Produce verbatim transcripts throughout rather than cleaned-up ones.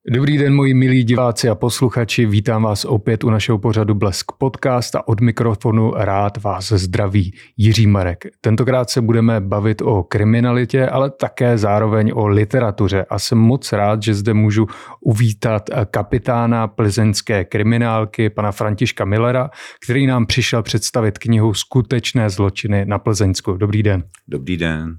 Dobrý den, moji milí diváci a posluchači, vítám vás opět u našeho pořadu Blesk Podcast a od mikrofonu rád vás zdraví Jiří Marek. Tentokrát se budeme bavit o kriminalitě, ale také zároveň o literatuře a jsem moc rád, že zde můžu uvítat kapitána plzeňské kriminálky, pana Františka Millera, který nám přišel představit knihu Skutečné zločiny na Plzeňsku. Dobrý den. Dobrý den.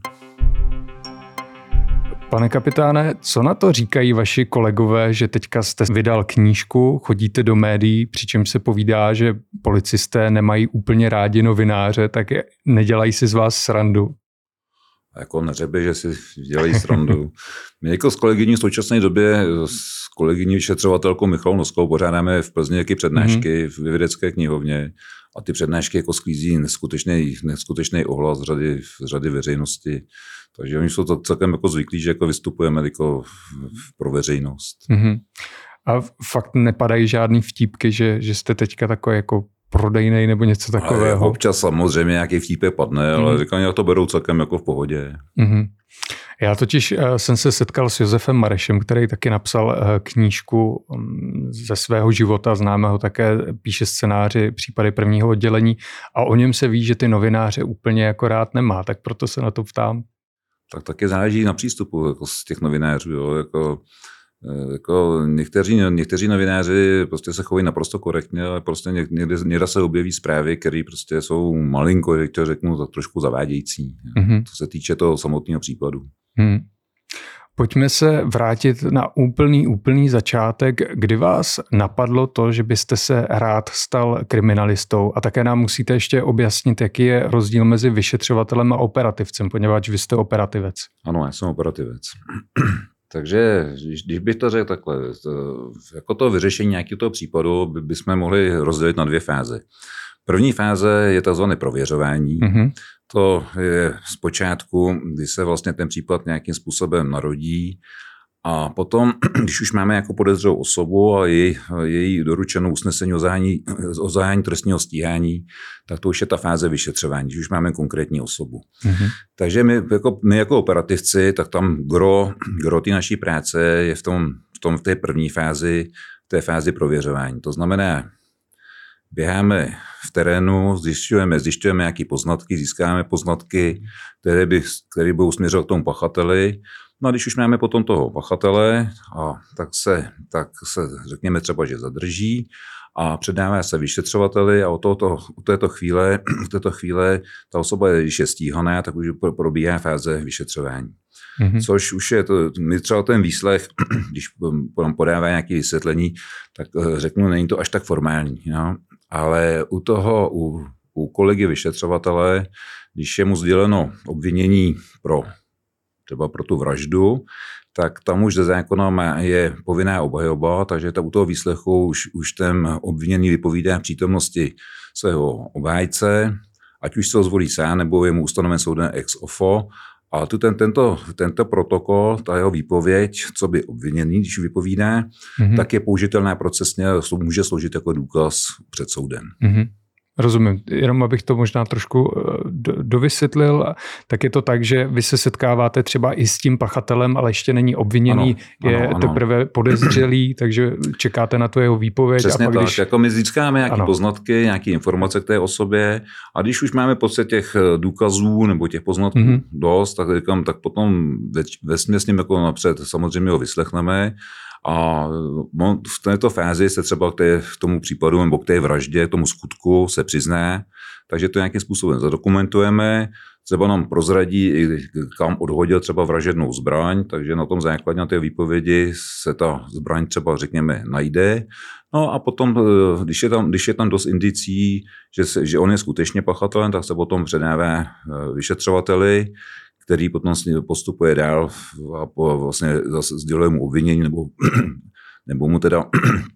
Pane kapitáne, co na to říkají vaši kolegové, že teďka jste vydal knížku, chodíte do médií, přičemž se povídá, že policisté nemají úplně rádi novináře, tak nedělají si z vás srandu? Jako neřebe, že si dělají srandu. My jako s kolegyní v současné době, s kolegyní vyšetřovatelkou Michalou Noskou pořádáme v Plzni nějaké přednášky mm-hmm. v vědecké knihovně a ty přednášky jako sklízí neskutečný, neskutečný ohlas z řady, z řady veřejnosti. Takže oni jsou to celkem jako zvyklí, že jako vystupujeme jako pro veřejnost. Mm-hmm. A fakt nepadají žádný vtípky, že, že jste teďka takový jako prodejnej nebo něco takového? A občas samozřejmě nějaký vtípek padne, mm-hmm. ale říkám, já to berou celkem jako v pohodě. Mm-hmm. Já totiž jsem se setkal s Josefem Marešem, který taky napsal knížku ze svého života, známe ho také, píše scénáři Případy prvního oddělení a o něm se ví, že ty novináře úplně jako rád nemá, tak proto se na to ptám. Tak taky záleží na přístupu jako z těch novinářů. Jo. Jako, jako někteří, někteří novináři prostě se chovají naprosto korektně, ale prostě někde, někde se objeví zprávy, které prostě jsou malinko, jak to řeknu, tak trošku zavádějící. Mm-hmm. To se týče toho samotného případu. Hmm. Pojďme se vrátit na úplný, úplný začátek. Kdy vás napadlo to, že byste se rád stal kriminalistou? A také nám musíte ještě objasnit, jaký je rozdíl mezi vyšetřovatelem a operativcem, poněvadž vy jste operativec. Ano, já jsem operativec. Takže když, když bych to řekl takhle, to, jako to vyřešení nějakého toho případu by, bychom mohli rozdělit na dvě fáze. První fáze je tzv. Prověřování. Mm-hmm. To je zpočátku, kdy se vlastně ten případ nějakým způsobem narodí a potom, když už máme jako podezřelou osobu a její, její doručenou usnesení o zahájení, o zahájení trestního stíhání, tak to už je ta fáze vyšetřování, když už máme konkrétní osobu. Mm-hmm. Takže my jako, my jako operativci, tak tam gro, gro té naší práce je v, tom, v, tom, v té první fázi, v té fázi prověřování. To znamená, běháme v terénu, zjišťujeme, zjišťujeme nějaké poznatky, získáme poznatky, které, by, které budou směřovat k tomu pachateli. No a když už máme potom toho pachatele, a tak, se, tak se řekněme třeba, že zadrží a předává se vyšetřovateli a od, tohoto, od této chvíle, od této chvíle ta osoba, když je stíhaná, tak už probíhá fáze vyšetřování. Mm-hmm. Což už je to, my třeba ten výslech, když podává nějaké vysvětlení, tak řeknu, není to až tak formální. No? Ale u toho, u, u kolegy vyšetřovatele, když je mu sděleno obvinění pro třeba pro tu vraždu, tak tam už ze zákona je povinná obhajoba, takže ta, u toho výslechu už, už ten obviněný vypovídá v přítomnosti svého obhájce, ať už se ho zvolí sám, nebo je mu ustanoven soudem ex ofo. A tu ten, tento, tento protokol, ta jeho výpověď, co by obviněný, když vypovídá, mm-hmm. tak je použitelná procesně, může sloužit jako důkaz před soudem. Mm-hmm. Rozumím. Jenom abych to možná trošku dovysvětlil, tak je to tak, že vy se setkáváte třeba i s tím pachatelem, ale ještě není obviněný, ano, je ano, teprve ano. podezřelý, takže čekáte na tu jeho výpověď. Přesně a pak, tak, když... jako my získáme nějaké poznatky, nějaké informace k té osobě a když už máme pocit těch důkazů nebo těch poznatků mm-hmm. dost, tak říkám, tak potom ve, vesměs s ním jako napřed samozřejmě ho vyslechneme. A v této fázi se třeba k, té, k tomu případu nebo k té vraždě, k tomu skutku se přizná, takže to nějakým způsobem zadokumentujeme, třeba nám prozradí, kam odhodil třeba vražednou zbraň, takže na tom základě na té výpovědi se ta zbraň třeba řekněme najde. No a potom, když je tam, když je tam dost indicí, že, se, že on je skutečně pachatelem, tak se potom předává vyšetřovateli, který potom postupuje dál a vlastně zase sděluje mu obvinění nebo, nebo mu teda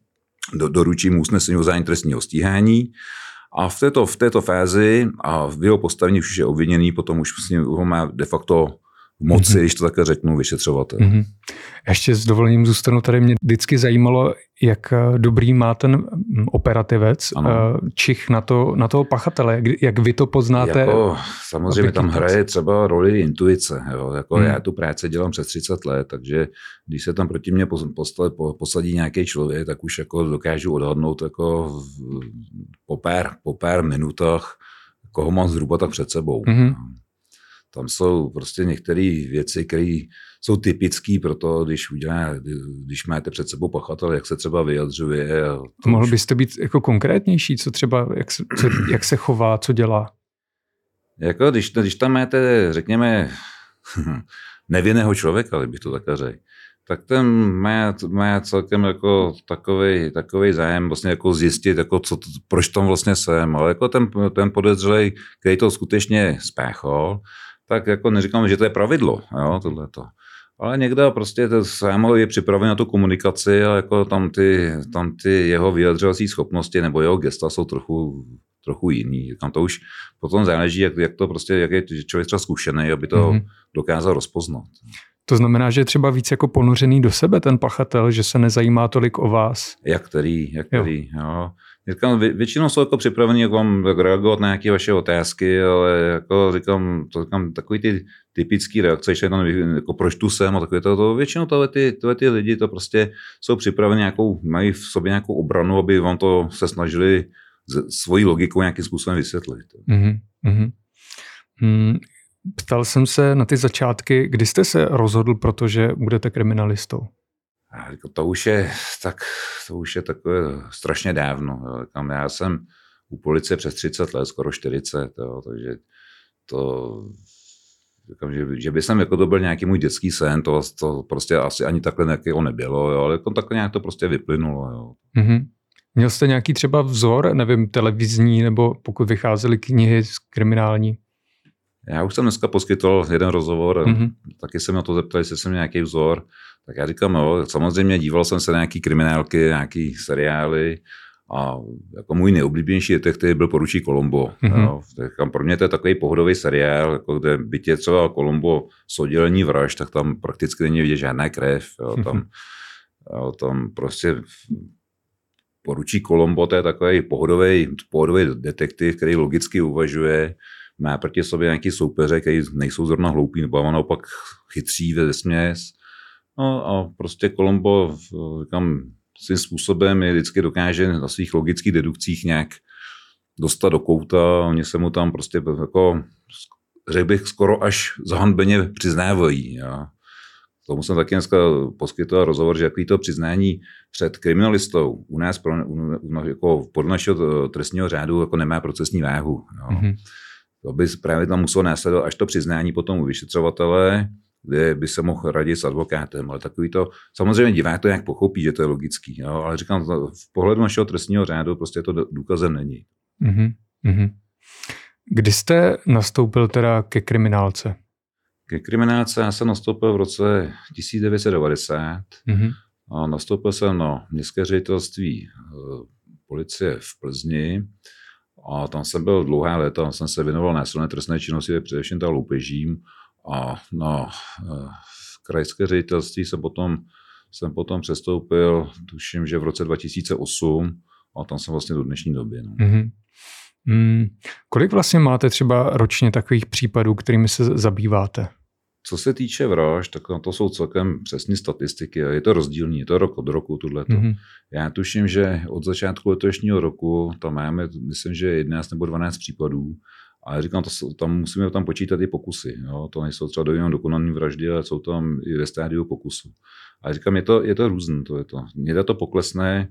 do, doručí mu usnesení o zahájení trestního stíhání. A v této, v této fázi a v jeho postavení už je obviněný, potom už vlastně ho má de facto moci, mm-hmm. když to také řeknu, vyšetřovatel. Mm-hmm. Ještě s dovolením zůstanu, tady mě vždycky zajímalo, jak dobrý má ten operativec, ano. čich na, to, na toho pachatele, jak, jak vy to poznáte? Jako, samozřejmě tam hraje třeba roli intuice. Jo? Jako hmm. Já tu práci dělám přes třicet let, takže když se tam proti mě posadí nějaký člověk, tak už jako dokážu odhadnout jako po pár, po pár minutách, koho mám zhruba tak před sebou. Hmm. Tam jsou prostě některé věci, které jsou typické pro to, když, udělá, když máte před sebou pachatel, jak se třeba vyjadřuje. A mohl už... byste být jako konkrétnější, co třeba, jak se, co, jak se chová, co dělá? Jako když, když tam máte, řekněme, nevinného člověka, bych to takhle řekl, tak ten má, má celkem jako takovej, takovej zájem vlastně jako zjistit, jako co, proč tam vlastně jsem, ale jako ten, ten podezřelej, který to skutečně spáchal, tak jako neříkám, že to je pravidlo, jo, tohleto. Ale někdo prostě sám je připraven na tu komunikaci a jako tam ty, tam ty jeho vyjadřovací schopnosti nebo jeho gesta jsou trochu, trochu jiný. Tam to už potom záleží, jak, jak to prostě, jak je člověk třeba zkušený, aby to mm-hmm. dokázal rozpoznat. To znamená, že je třeba víc jako ponořený do sebe ten pachatel, že se nezajímá tolik o vás. Jak který, jak který, jo. jo. Říkám, vě, většinou jsou jako připraveni jak vám jak reagovat na nějaké vaše otázky, ale jako říkám, to říkám, takový ty typický reakce, že tam jako proč tu jsem a takové to, to většinou tohle ty, tohle ty lidi to prostě jsou připraveni nějakou, mají v sobě nějakou obranu, aby vám to se snažili svojí logikou nějakým způsobem vysvětlit. Mm-hmm. Mm. Ptal jsem se na ty začátky, kdy jste se rozhodl, protože budete kriminalistou? To už je tak, to už je takové strašně dávno. Jo. Já jsem u policie přes třicet let, skoro čtyřicet, jo, takže to, že, že by jsem jako to byl nějaký můj dětský sen, to, to prostě asi ani takhle nějakého nebylo, jo, ale jako takhle nějak to prostě vyplynulo. Jo. Mm-hmm. Měl jste nějaký třeba vzor, nevím, televizní, nebo pokud vycházely knihy kriminální? Já už jsem dneska poskytl jeden rozhovor, mm-hmm. taky jsem na to zeptal, jestli jsem nějaký vzor. Tak já říkám, jo, samozřejmě díval jsem se na nějaký kriminálky, nějaký seriály a jako můj nejoblíbenější detektiv byl Poručík Columbo. Mm-hmm. Jo. Tak pro mě to je takový pohodový seriál, jako kde byť je třeba Columbo z oddělení vražd, tak tam prakticky není vidět žádná krev. Jo. Tam, mm-hmm. jo, tam prostě Poručík Columbo, to je takový pohodový, pohodový detektiv, který logicky uvažuje, má proti sobě nějaký soupeře, který nejsou zrovna hloupí, nebo naopak chytří ve směs. No a prostě Columbo, říkám, svým způsobem je vždycky dokáže na svých logických dedukcích nějak dostat do kouta. Oni se mu tam prostě jako, řekl bych, skoro až zahanbeně přiznávají. Ja. Tomu jsem taky dneska poskytoval rozhovor, že jaký to přiznání před kriminalistou u nás pro, u, jako podle našeho trestního řádu jako nemá procesní váhu. Mm-hmm. To by právě tam muselo následovat až to přiznání potom u vyšetřovatele, kde by se mohl radit s advokátem, ale takový to, samozřejmě divák to nějak pochopí, že to je logický, jo? Ale říkám, v pohledu našeho trestního řádu prostě to důkazem není. Mm-hmm. Kdy jste nastoupil teda ke kriminálce? Ke kriminálce já jsem nastoupil v roce tisíc devět set devadesát mm-hmm. a nastoupil jsem na městské ředitelství policie v Plzni a tam jsem byl dlouhá léta, tam jsem se věnoval násilné trestné činnosti, především ta loupežím. A na krajské ředitelství jsem potom, jsem potom přestoupil, tuším, že v roce dva tisíce osm a tam jsem vlastně do dnešní doby. No. Mm-hmm. Mm. Kolik vlastně máte třeba ročně takových případů, kterými se zabýváte? Co se týče vražd, tak to jsou celkem přesné statistiky a je to rozdílný, je to rok od roku tohleto. Mm-hmm. Já tuším, že od začátku letošního roku tam máme, myslím, že jedenáct nebo dvanáct případů. Ale říkám, to, tam musíme tam počítat i pokusy. Jo? To nejsou třeba jenom dokonané vraždy, ale jsou tam i ve stádiu pokusu. Ale říkám, je to, je to různé. To je to. Někde to poklesne,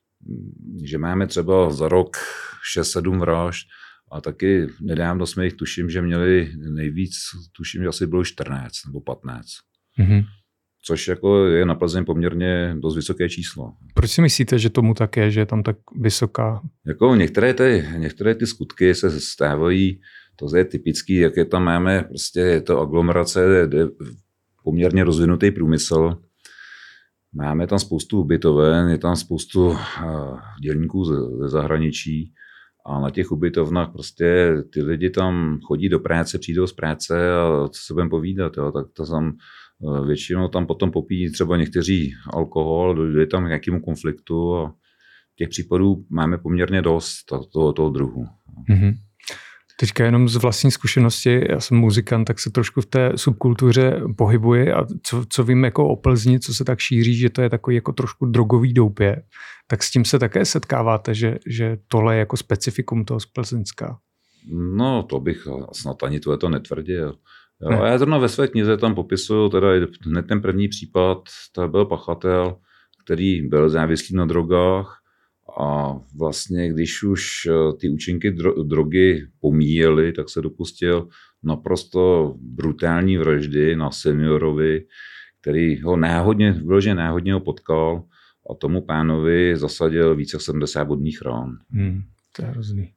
že máme třeba za rok šest sedm vražd a taky nedávno jsme jich tuším, že měli nejvíc, tuším, že asi bylo čtrnáct nebo patnáct. Mm-hmm. Což jako je na Plzeň poměrně dost vysoké číslo. Proč si myslíte, že tomu tak je, že je tam tak vysoká? Jako některé ty, některé ty skutky se stávají, to je typický, jak je tam máme, prostě je to aglomerace, je poměrně rozvinutý průmysl. Máme tam spoustu ubytoven, je tam spoustu dělníků ze zahraničí A na těch ubytovnách prostě ty lidi tam chodí do práce, přijdou z práce a co se budeme povídat, jo, tak to tam většinou tam potom popíjí třeba někteří alkohol, dojde tam k nějakému konfliktu a těch případů máme poměrně dost toho, toho druhu. Mm-hmm. Teďka jenom z vlastní zkušenosti, já jsem muzikant, tak se trošku v té subkultuře pohybuji a co, co vím jako o Plzni, co se tak šíří, že to je takový jako trošku drogový doupě, tak s tím se také setkáváte, že, že tohle je jako specifikum toho z Plzeňska? No, to bych snad ani tohle to netvrdil. Jo, ne. A já zrovna ve své knize tam popisuju teda hned ten první případ, to byl pachatel, který byl závislý na drogách a vlastně když už ty účinky dro- drogy pomíjely, tak se dopustil naprosto brutální vraždy na seniorovi, který ho náhodně, vyloženě náhodně ho potkal a tomu pánovi zasadil více jak sedmdesát bodných rán. Hmm, to je hrozný.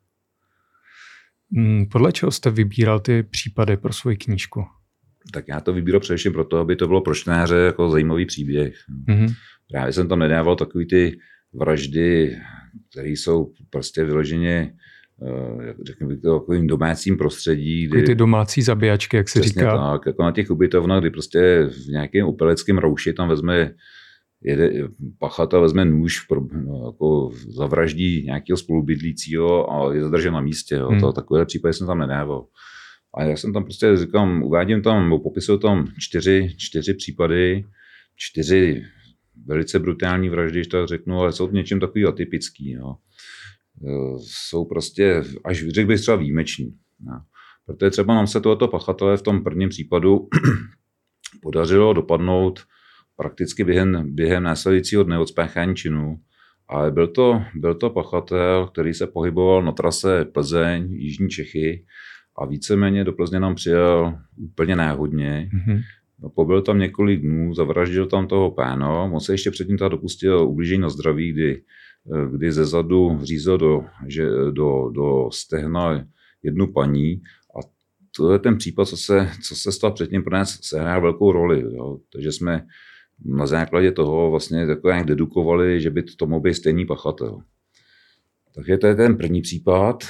Hmm, podle čeho jste vybíral ty případy pro svoji knížku? Tak já to vybíral především proto, aby to bylo pro čtenáře jako zajímavý příběh. Mm-hmm. Právě jsem tam nedával takový ty vraždy, které jsou prostě vyloženě, řekněme, v takovým domácím prostředí. Kdy, ty domácí zabíjačky, jak se říká. Tak, jako na těch ubytovnách, kdy prostě v nějakém opeleckém rouši tam vezme jede, pachatel vezme nůž, jako zavraždí nějakého spolubydlícího a je zadržen na místě. Jo. Hmm. To, takové případy jsem tam nedával. A já jsem tam prostě říkám, uvádím tam, popisuju tam čtyři, čtyři případy, čtyři velice brutální vraždy, když tak řeknu, ale jsou něčím takový atypický. Jo. Jsou prostě, až řekl bych třeba výjimeční. Jo. Protože třeba nám se tohoto pachatele v tom prvním případu podařilo dopadnout prakticky během, během následujícího dne od spáchání činu. Ale byl to, byl to pachatel, který se pohyboval na trase Plzeň, Jižní Čechy a víceméně do Plzně nám přijel úplně náhodně. Mm-hmm. Pobyl tam několik dnů, zavraždil tam toho pána, on se ještě předtím tak dopustil ublížení na zdraví, kdy, kdy zezadu řízel do, že, do, do stehna jednu paní a to je ten případ, co se, co se stal předtím, pro nás sehrál velkou roli. Jo. Takže jsme na základě toho vlastně takové nějak dedukovali, že by to mohl být stejný pachatel. Takže to je ten první případ.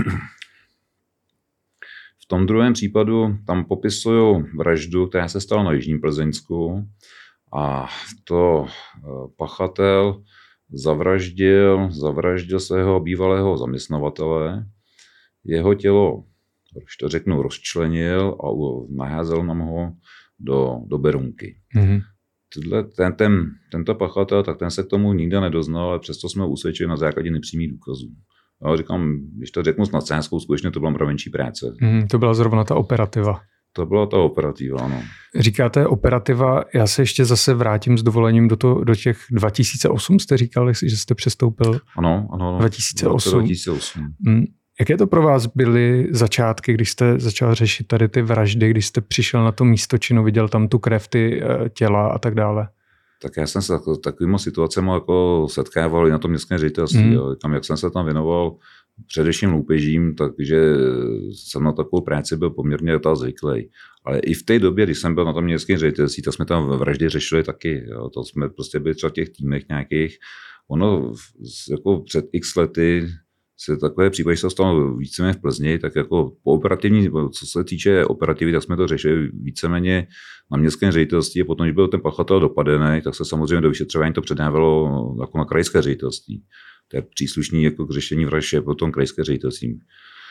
V tom druhém případu tam popisuju vraždu, která se stala na Jižním Plzeňsku a to pachatel zavraždil, zavraždil svého bývalého zaměstnavatele. Jeho tělo, když to řeknu, rozčlenil a naházel nám ho do, do Berunky. Mm-hmm. Tyhle, ten, ten, tento pachatel, tak ten se k tomu nikdy nedoznal, ale přesto jsme ho usvědčili na základě nepřímých důkazů. Já říkám, když to řeknu s nadsázkou, skutečně to byla mravenčí práce. Mm, to byla zrovna ta operativa. To byla ta operativa, ano. Říkáte operativa, já se ještě zase vrátím s dovolením do, to, do těch dva tisíce osm, jste říkali, že jste přestoupil? Ano, ano. dva tisíce osm. dva tisíce osm. Mm, jaké to pro vás byly začátky, když jste začal řešit tady ty vraždy, když jste přišel na to místo činu, viděl tam tu krev, ty těla a tak dále? Tak já jsem se takovýma situacemi jako setkával i na tom městském ředitelství. Mm. Tam, jak jsem se tam věnoval především loupežím, takže jsem na takovou práci byl poměrně zvyklý. Ale i v té době, když jsem byl na tom městském ředitelství, tak jsme tam vraždy řešili taky. Jo. To jsme prostě byli třeba v těch týmech nějakých. Ono jako před x lety se takové případy se stalo víceméně v Plzni, tak jako po operativní, co se týče operativy, tak jsme to řešili víceméně na městském ředitelství a potom, když byl ten pachatel dopadený, tak se samozřejmě do vyšetřování to předávalo jako na krajské ředitelství. To je příslušný jako k řešení vraždy potom krajské ředitelství.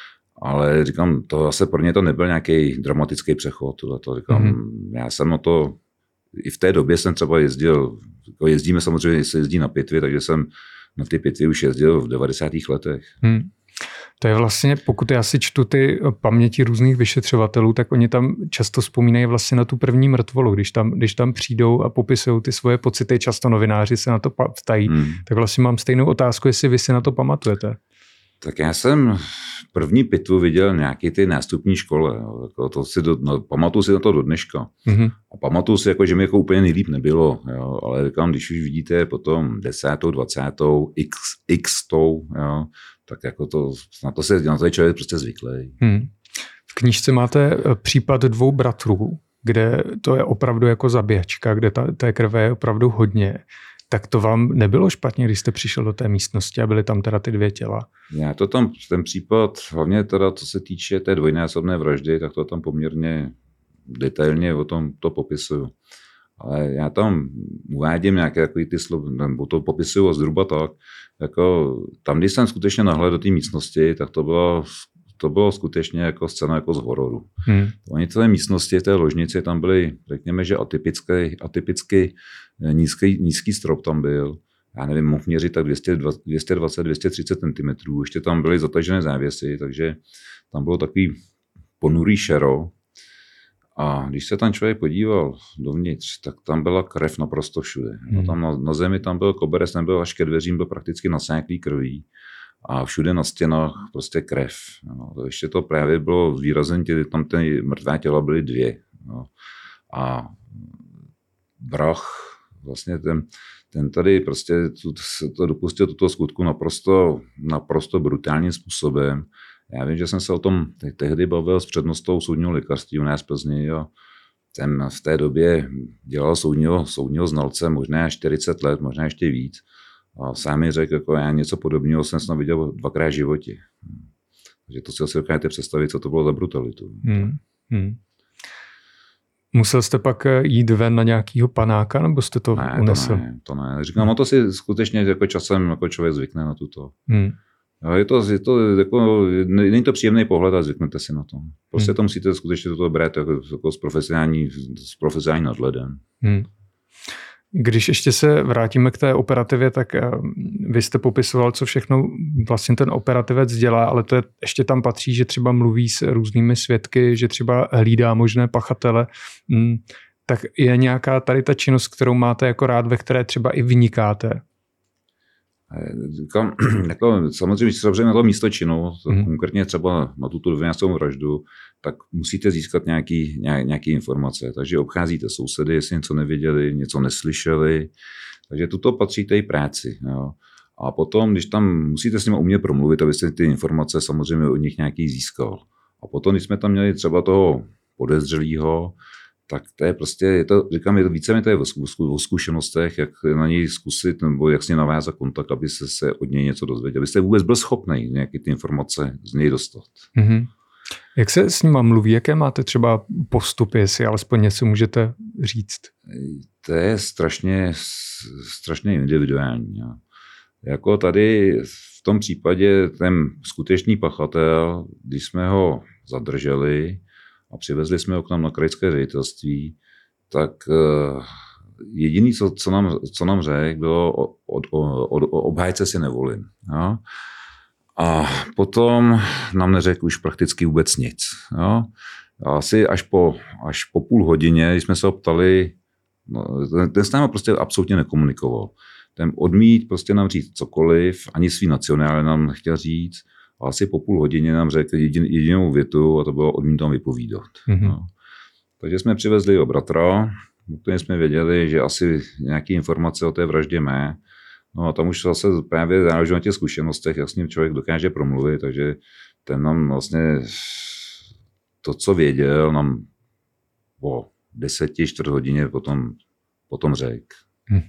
Ale říkám, to zase pro mě to nebyl nějaký dramatický přechod. To říkám, mm-hmm. Já jsem na to, i v té době jsem třeba jezdil, jako jezdíme samozřejmě, se jezdí na pitvy, takže jsem na ty pitvy už jezdil v devadesátých letech. Hmm. To je vlastně, pokud já si čtu ty paměti různých vyšetřovatelů, tak oni tam často vzpomínají vlastně na tu první mrtvolu, když tam, když tam přijdou a popisují ty svoje pocity, často novináři se na to ptají, hmm. tak vlastně mám stejnou otázku, jestli vy si na to pamatujete. Tak já jsem první pitvu viděl nějaký ty nástupní škole. Jo. Jako to si do, no, pamatuju si na to do dneška. Mm-hmm. A pamatuju si, jako, že mi jako úplně nejlíp nebylo. Jo. Ale říkám, když už vidíte potom desátou, dvacátou, x, xtou, jo, tak jako to, na to se na to je člověk prostě zvyklý. Hmm. V knížce máte případ dvou bratrů, kde to je opravdu jako zabíjačka, kde ta, té krve je opravdu hodně. Tak to vám nebylo špatně, když jste přišel do té místnosti a byly tam teda ty dvě těla? Já to tam, ten případ, hlavně teda, co se týče té dvojnásobné vraždy, tak to tam poměrně detailně o tom to popisuju. Ale já tam uvádím nějaké takový ty slova, nebo to popisuju zhruba tak, jako tam, když jsem skutečně nahlédl do té místnosti, tak to bylo, to bylo skutečně jako scéna jako z hororu. Hmm. Oni v té místnosti, v té ložnici, tam byly, řekněme, že atypický, atypicky nízký, nízký strop tam byl. Já nevím, mohl měřit tak dvě stě dvacet, dvě stě třicet centimetrů. Ještě tam byly zatažené závěsy, takže tam bylo takový ponurý šero. A když se tam člověk podíval dovnitř, tak tam byla krev naprosto všude. Hmm. Tam na, na zemi tam byl koberec, nebyl až ke dveřím, byl prakticky nasáklý krví. A všude na stěnách prostě krev. No, to ještě to právě bylo výrazně, tam ty mrtvé těla byly dvě. No. A brach, vlastně ten, ten tady prostě tu, to dopustil tuto skutku naprosto, naprosto brutálním způsobem. Já vím, že jsem se o tom tehdy bavil s přednostou soudního lékařství u nás v Plzni a ten v té době dělal soudního, soudního znalce možná čtyřicet let, možná ještě víc. A sám mi řekl, jako já něco podobného jsem snad viděl dvakrát v životě. Takže to si asi dokážete představit, co to bylo za brutalitu. Hmm. Hmm. Musel jste pak jít ven na nějakýho panáka, nebo jste to ne, unesl? To ne, to ne. Říkám, no to si skutečně jako časem jako člověk zvykne na tuto. Hmm. Je to, je to jako, není to příjemný pohled a zvyknete si na to. Prostě hmm. to musíte skutečně toto brát jako, jako s profesionální, s profesionální nadhledem. Hmm. Když ještě se vrátíme k té operativě, tak vy jste popisoval, co všechno vlastně ten operativec dělá, ale to je, ještě tam patří, že třeba mluví s různými svědky, že třeba hlídá možné pachatele. Tak je nějaká tady ta činnost, kterou máte jako rád, ve které třeba i vynikáte? Říkám, jako, samozřejmě, samozřejmě na to místo činu, hmm. konkrétně třeba na tuto dvojnásobnou vraždu, tak musíte získat nějaký, nějaké informace. Takže obcházíte sousedy, jestli něco nevěděli, něco neslyšeli. Takže tuto patří té práci. Jo. A potom, když tam musíte s nimi umět promluvit, abyste ty informace samozřejmě od nich nějaký získal. A potom, když jsme tam měli třeba toho podezřelého, tak to je prostě, je to, říkám, je to více mi to je o zkušenostech, jak na něj zkusit, nebo jak s ním navázat kontakt, aby se, se od něj něco dozvěděl. Abyste vůbec byl schopný nějaké ty informace z něj dostat. Mm-hmm. Jak se s ním mluví? Jaké máte třeba postupy, jestli alespoň něco můžete říct? To je strašně, strašně individuální. Jo. Jako tady v tom případě ten skutečný pachatel, když jsme ho zadrželi, a přivezli jsme ho k nám na krajské ředitelství, tak jediné, co, co nám, co nám řekl, bylo od, od, od, od obhájce si nevolím. Jo? A potom nám neřekl už prakticky vůbec nic. Jo? Asi až po, až po půl hodině, když jsme se ho ptali, no, ten, ten s námi prostě absolutně nekomunikoval. Ten odmít prostě nám říct cokoliv, ani svý nacionále nám nechtěl říct. A asi po půl hodině nám řekl jedin, jedinou větu a to bylo odmítám vypovídat. Mm-hmm. No. Takže jsme přivezli jeho bratra, protože jsme věděli, že asi nějaké informace o té vraždě má. No a tam už zase právě záleží na těch zkušenostech, jak s ním člověk dokáže promluvit, takže ten nám vlastně to, co věděl, nám po deseti, čtvrt hodině potom, potom řekl. Mm.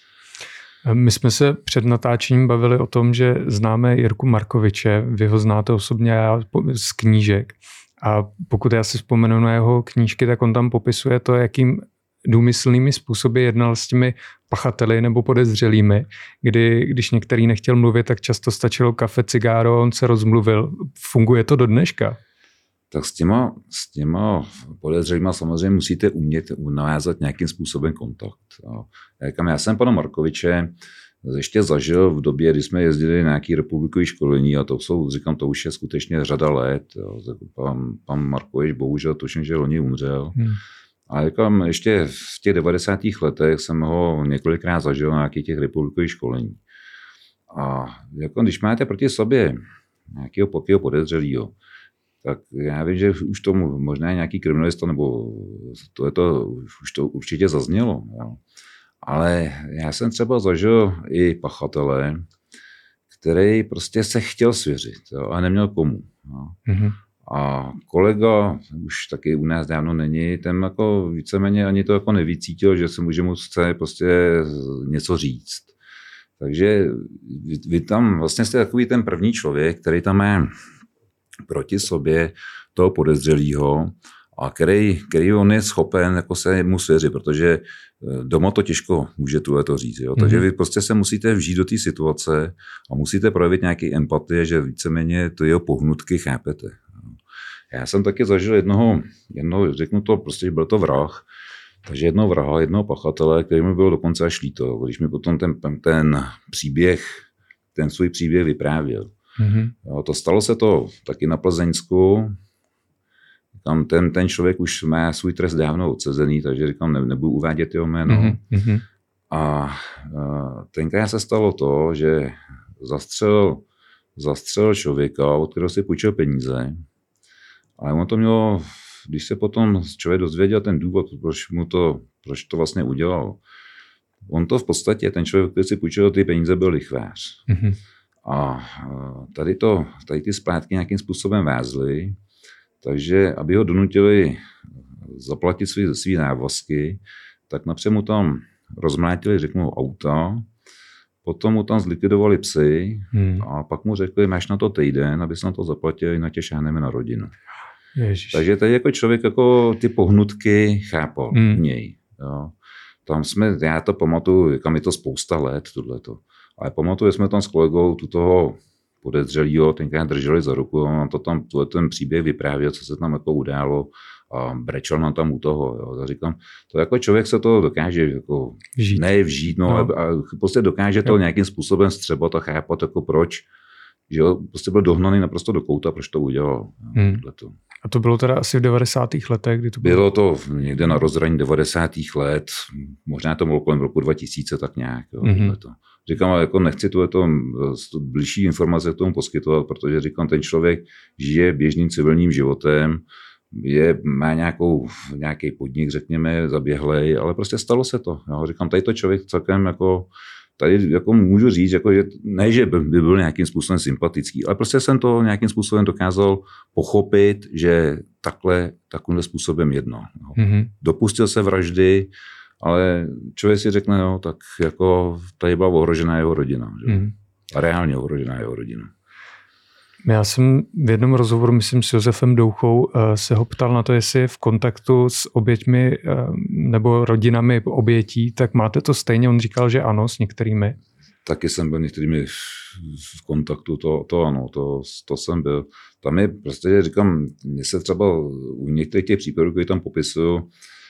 My jsme se před natáčením bavili o tom, že známe Jirku Markoviče, vy ho znáte osobně já z knížek. A pokud já si vzpomenu na jeho knížky, tak on tam popisuje to, jakým důmyslnými způsoby jednal s těmi pachateli nebo podezřelými, kdy když některý nechtěl mluvit, tak často stačilo kafe, cigáro, on se rozmluvil. Funguje to do dneška? Tak s těma, s těma podezřelýma samozřejmě musíte umět navázat nějakým způsobem kontakt. Já, já jsem pana Markoviče ještě zažil v době, kdy jsme jezdili na nějaké republikové školení a to jsou, říkám, to už je skutečně řada let. Pan, pan Markovič bohužel tuším, že loni umřel. Hmm. A říkám, ještě v těch devadesátých letech jsem ho několikrát zažil na nějakých těch republikových školení. A jako, když máte proti sobě nějakého pokého podezřelého, tak já vím, že už to možná nějaký kriminalista, nebo to je to, už to určitě zaznělo. Jo. Ale já jsem třeba zažil i pachatele, který prostě se chtěl svěřit, jo, a neměl komu. Jo. Mm-hmm. A kolega, už taky u nás dávno není, ten jako víceméně ani to jako nevycítil, že se může mu chce prostě něco říct. Takže vy, vy tam vlastně jste takový ten první člověk, který tam má proti sobě toho podezřelého a který, který on je schopen jako se mu svěřit, protože doma to těžko může tuhle to říct. Jo? Takže vy prostě se musíte vžít do té situace a musíte projevit nějaký empatie, že víceméně to jeho pohnutky chápete. Já jsem taky zažil jednoho, jednoho, řeknu to, prostě byl to vrah, takže jednoho vraha, jednoho pachatele, který mi bylo dokonce až líto, když mi potom ten, ten příběh, ten svůj příběh vyprávěl. Mm-hmm. Jo, to stalo se to taky na Plzeňsku, tam ten, ten člověk už má svůj trest dávno odsezený, takže říkám, ne, nebudu uvádět jeho jméno. Mm-hmm. A, a tenkrát se stalo to, že zastřelil, zastřelil člověka, od kterého si půjčil peníze. Ale on to mělo, když se potom člověk dozvěděl ten důvod, proč mu to, proč to vlastně udělal. On to v podstatě, ten člověk, který si půjčil ty peníze, byl lichvář. Mm-hmm. A tady, to, tady ty splátky nějakým způsobem vázly, takže aby ho donutili zaplatit svý, svý návazky, tak napřed mu tam rozmlátili, řeknu, auta, potom mu tam zlikvidovali psy hmm. a pak mu řekli, máš na to týden, aby se na to zaplatil, jinak tě šáhneme na rodinu. Ježiš. Takže tady jako člověk jako ty pohnutky chápal hmm. v něj. Jo. Tam jsme, já to pamatuju, kam je to spousta let, tohleto. Ale pamatuju, jsme tam s kolegou tu toho podezřelýho, tenkrát drželi za ruku, on to tam, ten příběh vyprávěl, co se tam jako událo a brečel nám tam u toho. Jo. A říkám, to jako člověk se to dokáže jako vžít. Ne vžít, no, no. A prostě dokáže to jo. nějakým způsobem střebat a chápat, jako proč. Že jo, prostě byl dohnaný naprosto do kouta, proč to udělal. Hmm. A to bylo teda asi v devadesátých letech, kdy to bylo? Bylo to někde na rozhraní devadesátých let, možná to bylo kolem roku dva tisíce, tak nějak. Jo, hmm. Říkám, ale jako nechci tuto blížší informace k tomu poskytovat, protože říkám, ten člověk žije běžným civilním životem, je, má nějakou, nějaký podnik, řekněme, zaběhlej, ale prostě stalo se to. Jo. Říkám, tady to člověk celkem jako, tady jako můžu říct, jako, že ne, že by byl nějakým způsobem sympatický, ale prostě jsem to nějakým způsobem dokázal pochopit, že takhle, takovým způsobem jedno. Mm-hmm. Dopustil se vraždy, ale člověk si řekne, no, tak jako tady byla ohrožená jeho rodina. Že? Mm. A reálně ohrožená jeho rodina. Já jsem v jednom rozhovoru, myslím s Josefem Douchou, se ho ptal na to, jestli je v kontaktu s oběťmi nebo rodinami obětí, tak máte to stejně? On říkal, že ano, s některými. Taky jsem byl některými v kontaktu, to, to ano, to, to jsem byl. Tam je prostě, říkám, mně se třeba u některých těch případů, které tam popisuju,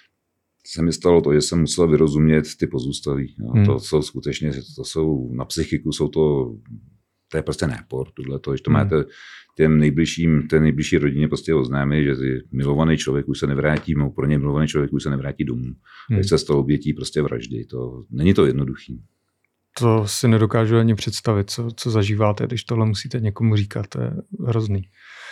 se mi stalo to, že jsem musel vyrozumět ty pozůstalí. Hmm. To jsou skutečně, to jsou na psychiku, jsou to, to je prostě nápor, tohleto, když to hmm. máte těm nejbližším, té nejbližší rodině prostě oznámí, že milovaný člověk už se nevrátí, pro ně milovaný člověk už se nevrátí domů. Hmm. Když se z toho obětí prostě vraždy. To, není to jednoduchý. To si nedokážu ani představit, co, co zažíváte, když tohle musíte někomu říkat, to je hrozný.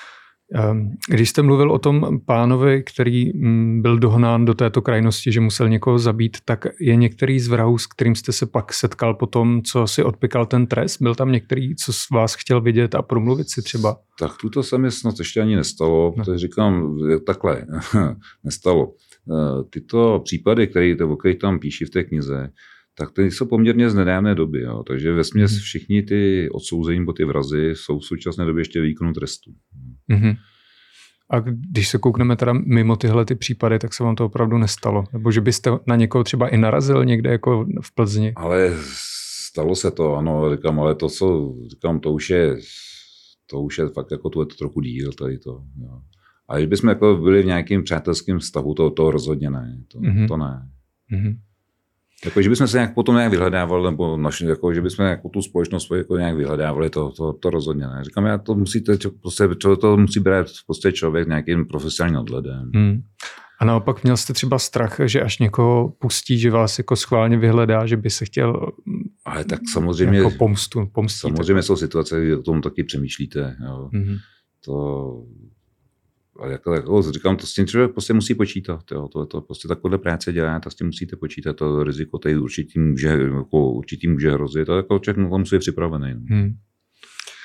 Když jste mluvil o tom pánovi, který byl dohnán do této krajnosti, že musel někoho zabít, tak je některý z vrahů, s kterým jste se pak setkal po tom, co si odpykal ten trest? Byl tam některý, co vás chtěl vidět a promluvit si třeba? Tak tuto se mi snad ještě ani nestalo, no. protože říkám takhle, nestalo. Tyto případy, které, o kterých tam píší v té knize, tak ty jsou poměrně z nedávné doby. Jo. Takže vesměs hmm. všichni ty odsouzení nebo ty vrazy jsou v současné době ještě výkonu trestu. Hmm. A když se koukneme teda mimo tyhle ty případy, tak se vám to opravdu nestalo? Nebo že byste na někoho třeba i narazil někde jako v Plzni? Ale stalo se to, ano, říkám, ale to, co říkám, to už je, to už je fakt jako to je to trochu díl tady to. Jo. A když bychom jako byli v nějakým přátelském vztahu, to, to rozhodně ne. To, mm-hmm. to ne. Mm-hmm. Jako, že bychom se nějak potom nějak vyhledávali, nebo naši, jako, že bychom jako tu společnost jako nějak vyhledávali, to, to, to rozhodně ne. Říkám, já to musíte, prostě, to musí brát prostě člověk nějakým profesionálním nadhledem. Hmm. A naopak měl jste třeba strach, že až někoho pustí, že vás jako schválně vyhledá, že by se chtěl ale tak samozřejmě, jako pomstu, pomstit. Samozřejmě jsou situace, kdy o tom taky přemýšlíte. Jo. Hmm. To... A jako, jako říkám, to s tím člověk prostě musí počítat. Jo. To, to prostě takovou práce dělá, tak s tím musíte počítat. To riziko tady určitý může, jako, určitý může hrozit. A jako člověk musí být připravený. Hmm.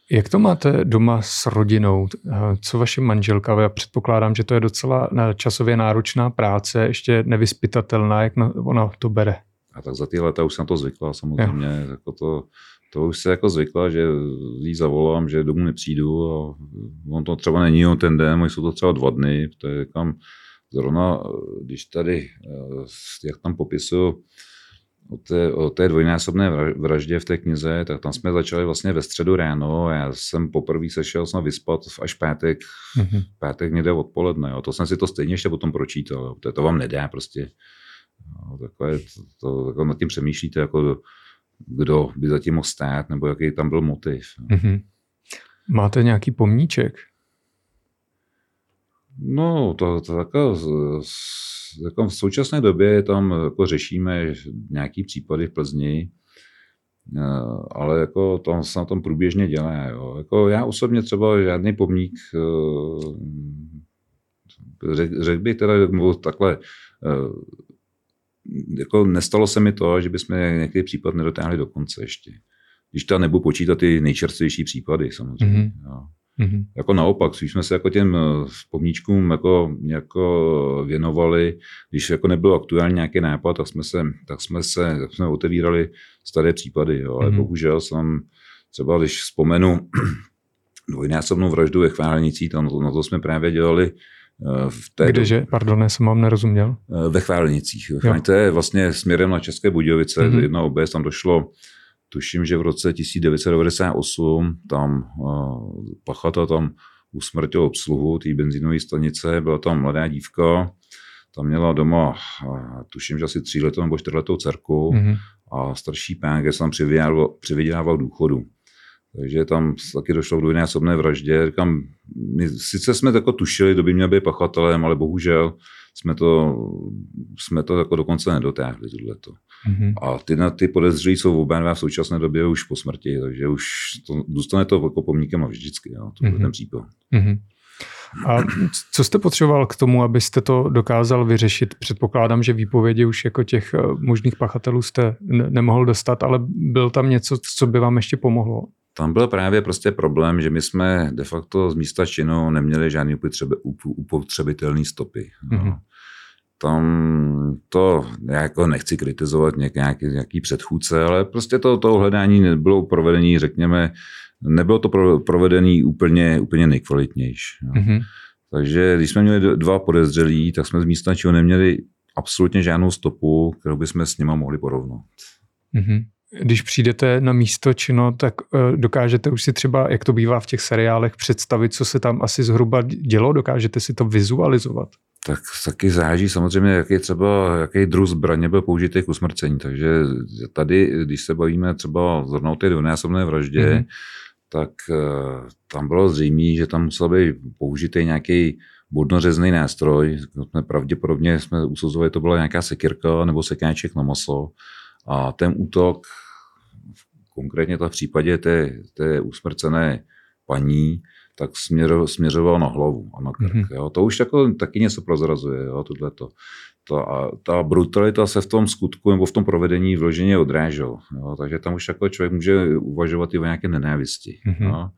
Jak to máte doma s rodinou? Co vaše manželka? Já předpokládám, že to je docela časově náročná práce, ještě nevyzpytatelná, jak ona to bere. A tak za ty leta už jsem na to zvykla samozřejmě. Jako to, to už se jako zvykla, že jí zavolám, že domů nepřijdu a on to třeba není on ten den, jsou to třeba dva dny. To je kam zrovna, když tady, jak tam popisuju, O té, o té dvojnásobné vraždě v té knize, tak tam jsme začali vlastně ve středu ráno a já jsem poprvé sešel jsem vyspat až pátek, mm-hmm. pátek někde odpoledne. Jo. To jsem si to stejně ještě potom pročítal. Jo. To, to vám nedá prostě. Jo, takové, to, to, to nad tím přemýšlíte, jako kdo by zatím mohl stát, nebo jaký tam byl motiv. Mm-hmm. Máte nějaký pomníček? No, to, to jako, jako v současné době tam jako řešíme nějaký případy v Plzni, ale jako tam se na tom průběžně dělá. Jo. Jako já osobně třeba žádný pomník, řekl řek bych teda takhle, jako nestalo se mi to, že bychom některý případ nedotáhli do konce ještě. Když ta nebudu počítat ty nejčerstvější případy samozřejmě. Mm-hmm. Jo. Mm-hmm. Jako naopak, když jsme se jako těm pomníčkům jako, jako věnovali, když jako nebyl aktuální nějaký nápad, tak jsme se, tak jsme se tak jsme otevírali staré případy. Jo. Ale mm-hmm. bohužel jsem třeba, když vzpomenu dvojnásobnou vraždu ve Chválnicích, tam na to jsme právě dělali v té Kdeže? Do... Pardon, já jsem vám nerozuměl. Ve Chválnicích. To je vlastně směrem na České Budějovice, mm-hmm. jedna obec, tam došlo. Tuším, že v roce tisíc devět set devadesát osm tam uh, pachatel tam usmrtil obsluhu té benzínové stanice, byla tam mladá dívka, tam měla doma, uh, tuším, že asi tříletou nebo čtyřletou dcerku mm-hmm. a starší pán, který se tam přivydělával, přivydělával důchodu. Takže tam taky došlo k dvojnásobné vraždě. Říkám, my sice jsme tako tušili, kdo by měl být pachatelem, ale bohužel jsme to, jsme to jako dokonce nedotáhli, tohleto. Mm-hmm. A ty, ty podezřelí jsou oba dva v současné době už po smrti, takže už to, zůstane to jako pomníkem a vždycky, jo, to mm-hmm. ten případ. Mm-hmm. A co jste potřeboval k tomu, abyste to dokázal vyřešit? Předpokládám, že výpovědi už jako těch možných pachatelů jste nemohl dostat, ale byl tam něco, co by vám ještě pomohlo? Tam byl právě prostě problém, že my jsme de facto z místa činu neměli žádný upotřebitelný stopy. Mm-hmm. No. Tam to, já jako nechci kritizovat nějaký, nějaký předchůdce, ale prostě to, to hledání nebylo provedení, řekněme, nebylo to provedený úplně, úplně nejkvalitnější. Mm-hmm. Takže když jsme měli dva podezřelí, tak jsme z místa činu neměli absolutně žádnou stopu, kterou bychom s nimi mohli porovnat. Mm-hmm. Když přijdete na místo činu, tak dokážete už si třeba, jak to bývá v těch seriálech, představit, co se tam asi zhruba dělo? Dokážete si to vizualizovat? Tak taky záží samozřejmě, jaký třeba, jaký druh zbraně byl použitý k usmrcení. Takže tady, když se bavíme třeba zrovna o té dvojnásobné vraždě, mm-hmm. tak uh, tam bylo zřejmé, že tam musel být použitý nějaký bodnořezný nástroj. Jsme pravděpodobně jsme usuzovali, to byla nějaká sekyrka nebo sekáček na maso. A ten útok, konkrétně v případě té, té usmrcené paní, tak směro, směřoval na hlavu a na krk. Mm-hmm. Jo. To už jako, taky něco prozrazuje. Jo, tohleto. Ta, ta brutalita se v tom skutku nebo v tom provedení vloženě odrážel. Jo. Takže tam už jako člověk může uvažovat i o nějaké nenávisti. Mm-hmm. Jo.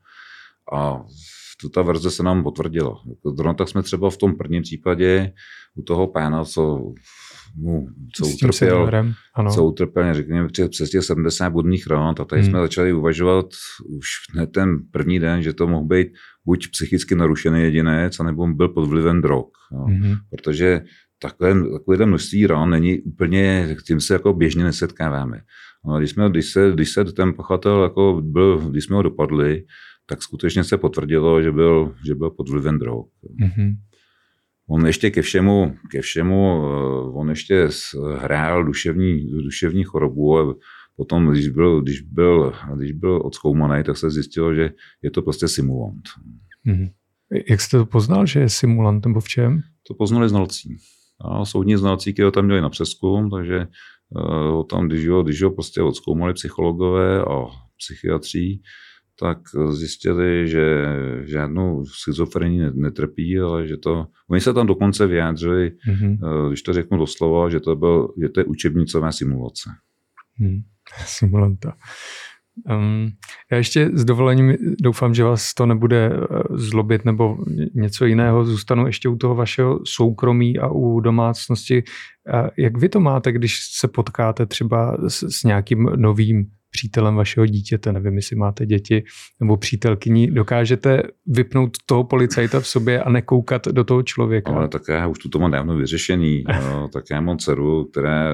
A ta verze se nám potvrdila. Zrovna tak jsme třeba v tom prvním případě u toho pána, co mu, co utrpěl, co utrpěl, řekněme, přes těch sedmdesát bodných ran, a tady hmm. jsme začali uvažovat už hned ten první den, že to mohl být buď psychicky narušený jedinec, anebo byl pod vlivem drog. Hmm. Protože takové, takové množství ran není úplně, tím se jako běžně nesetkáváme. No, když, jsme, když, se, když se ten pachatel jako byl, když jsme ho dopadli, tak skutečně se potvrdilo, že byl, že byl pod vlivem drog. Hmm. On ještě ke všemu, ke všemu, on ještě hrál duševní, duševní chorobu a potom, když byl, když byl, když byl odzkoumaný, tak se zjistilo, že je to prostě simulant. Mm-hmm. Jak jste to poznal, že je simulant, nebo v čem? To poznali znalci. A soudní znalci, kteří ho tam měli na přezkum, takže uh, tam, když ho, když ho prostě odzkoumali psychologové a psychiatři, tak zjistili, že žádnou schizofrenii netrpí, ale že to... Oni se tam dokonce vyjádřili, mm-hmm. když to řeknu doslova, že to, byl, že to je učebnicová simulace. Hmm. Simulanta. Um, já ještě s dovolením doufám, že vás to nebude zlobit nebo něco jiného. Zůstanu ještě u toho vašeho soukromí a u domácnosti. A jak vy to máte, když se potkáte třeba s, s nějakým novým přítelem vašeho dítěte, nevím, jestli máte děti nebo přítelkyni, dokážete vypnout toho policajta v sobě a nekoukat do toho člověka? Ale tak já už to mám dávno vyřešený. No, tak já mám dceru, která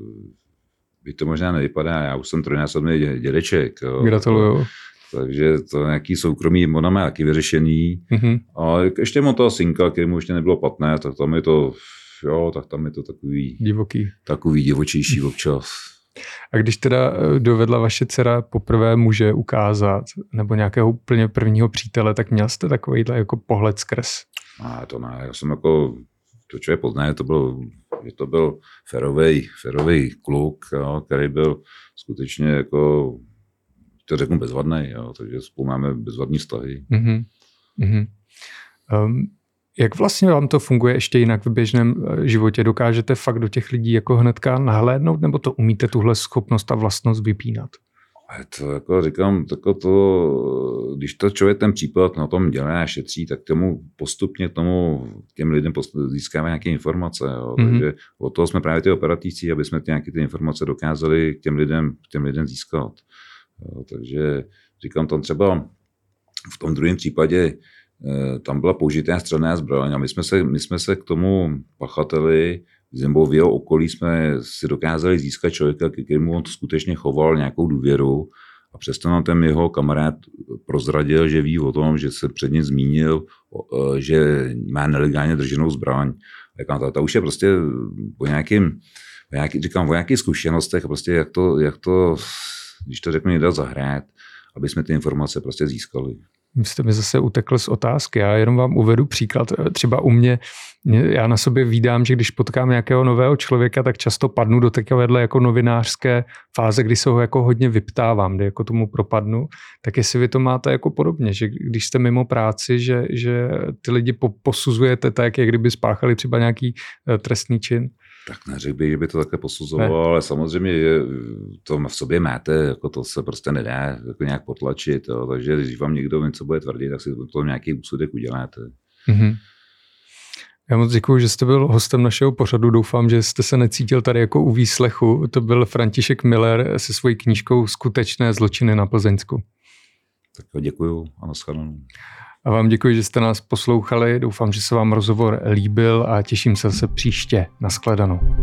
by to možná nevypadá, já už jsem trojnásobný dědeček. Jo. Gratuluju. Takže to nějaký soukromí, ona má taky vyřešený. Mm-hmm. A ještě mám toho synka, kterému ještě nebylo patné, tak tam je to, jo, tak tam je to takový divoký. Takový divočejší občas. A když teda dovedla vaše dcera poprvé muže ukázat, nebo nějakého úplně prvního přítele, tak měl jste takovýhle jako pohled skrz? A to ne, já jsem jako, to člověk pozná, to byl, že to byl ferovej, ferovej kluk, jo, který byl skutečně jako, to řeknu bezvadný, jo, takže spolu máme bezvadní vztahy. Mm-hmm. Mm-hmm. Um, jak vlastně vám to funguje ještě jinak v běžném životě? Dokážete fakt do těch lidí jako hnedka nahlédnout, nebo to umíte tuhle schopnost a vlastnost vypínat? To jako říkám, tako to, když to člověk ten případ na tom dělá a šetří, tak tomu postupně tomu těm lidem získáme nějaké informace. Jo. Mm-hmm. Takže od toho jsme právě ty operativci, aby jsme ty nějaké ty informace dokázali k těm lidem, k těm lidem získat. Jo. Takže říkám, tam třeba v tom druhém případě tam byla použitá střelná zbraň a my jsme se, my jsme se k tomu pachateli, nebo v jeho okolí jsme si dokázali získat člověka, k kterému on skutečně choval nějakou důvěru a přesto nám ten jeho kamarád prozradil, že ví o tom, že se před ním zmínil, že má nelegálně drženou zbraň. A ta, ta už je prostě po nějakým, po nějaký, říkám, po nějakých zkušenostech, prostě jak to, jak to, když to řeknu, nedá zahrát, aby jsme ty informace prostě získali. Jste mi zase utekl z otázky. Já jenom vám uvedu příklad. Třeba u mě, já na sobě vídám, že když potkám nějakého nového člověka, tak často padnu do takovéhle jako novinářské fáze, kdy se ho jako hodně vyptávám, kdy jako tomu propadnu. Tak jestli vy to máte jako podobně, že když jste mimo práci, že, že ty lidi posuzujete tak, jak kdyby spáchali třeba nějaký trestný čin? Tak neřekl bych, že by to takhle posuzoval, ne. Ale samozřejmě je, to v sobě máte, jako to se prostě nedá jako nějak potlačit, jo. Takže když vám někdo něco bude tvrdit, tak si to nějaký úsudek uděláte. Mm-hmm. Já moc děkuju, že jste byl hostem našeho pořadu. Doufám, že jste se necítil tady jako u výslechu. To byl František Miller se svojí knížkou Skutečné zločiny na Plzeňsku. Tak děkuju a nashledanou. A vám děkuji, že jste nás poslouchali. Doufám, že se vám rozhovor líbil a těším se zase příště. Nashledanou.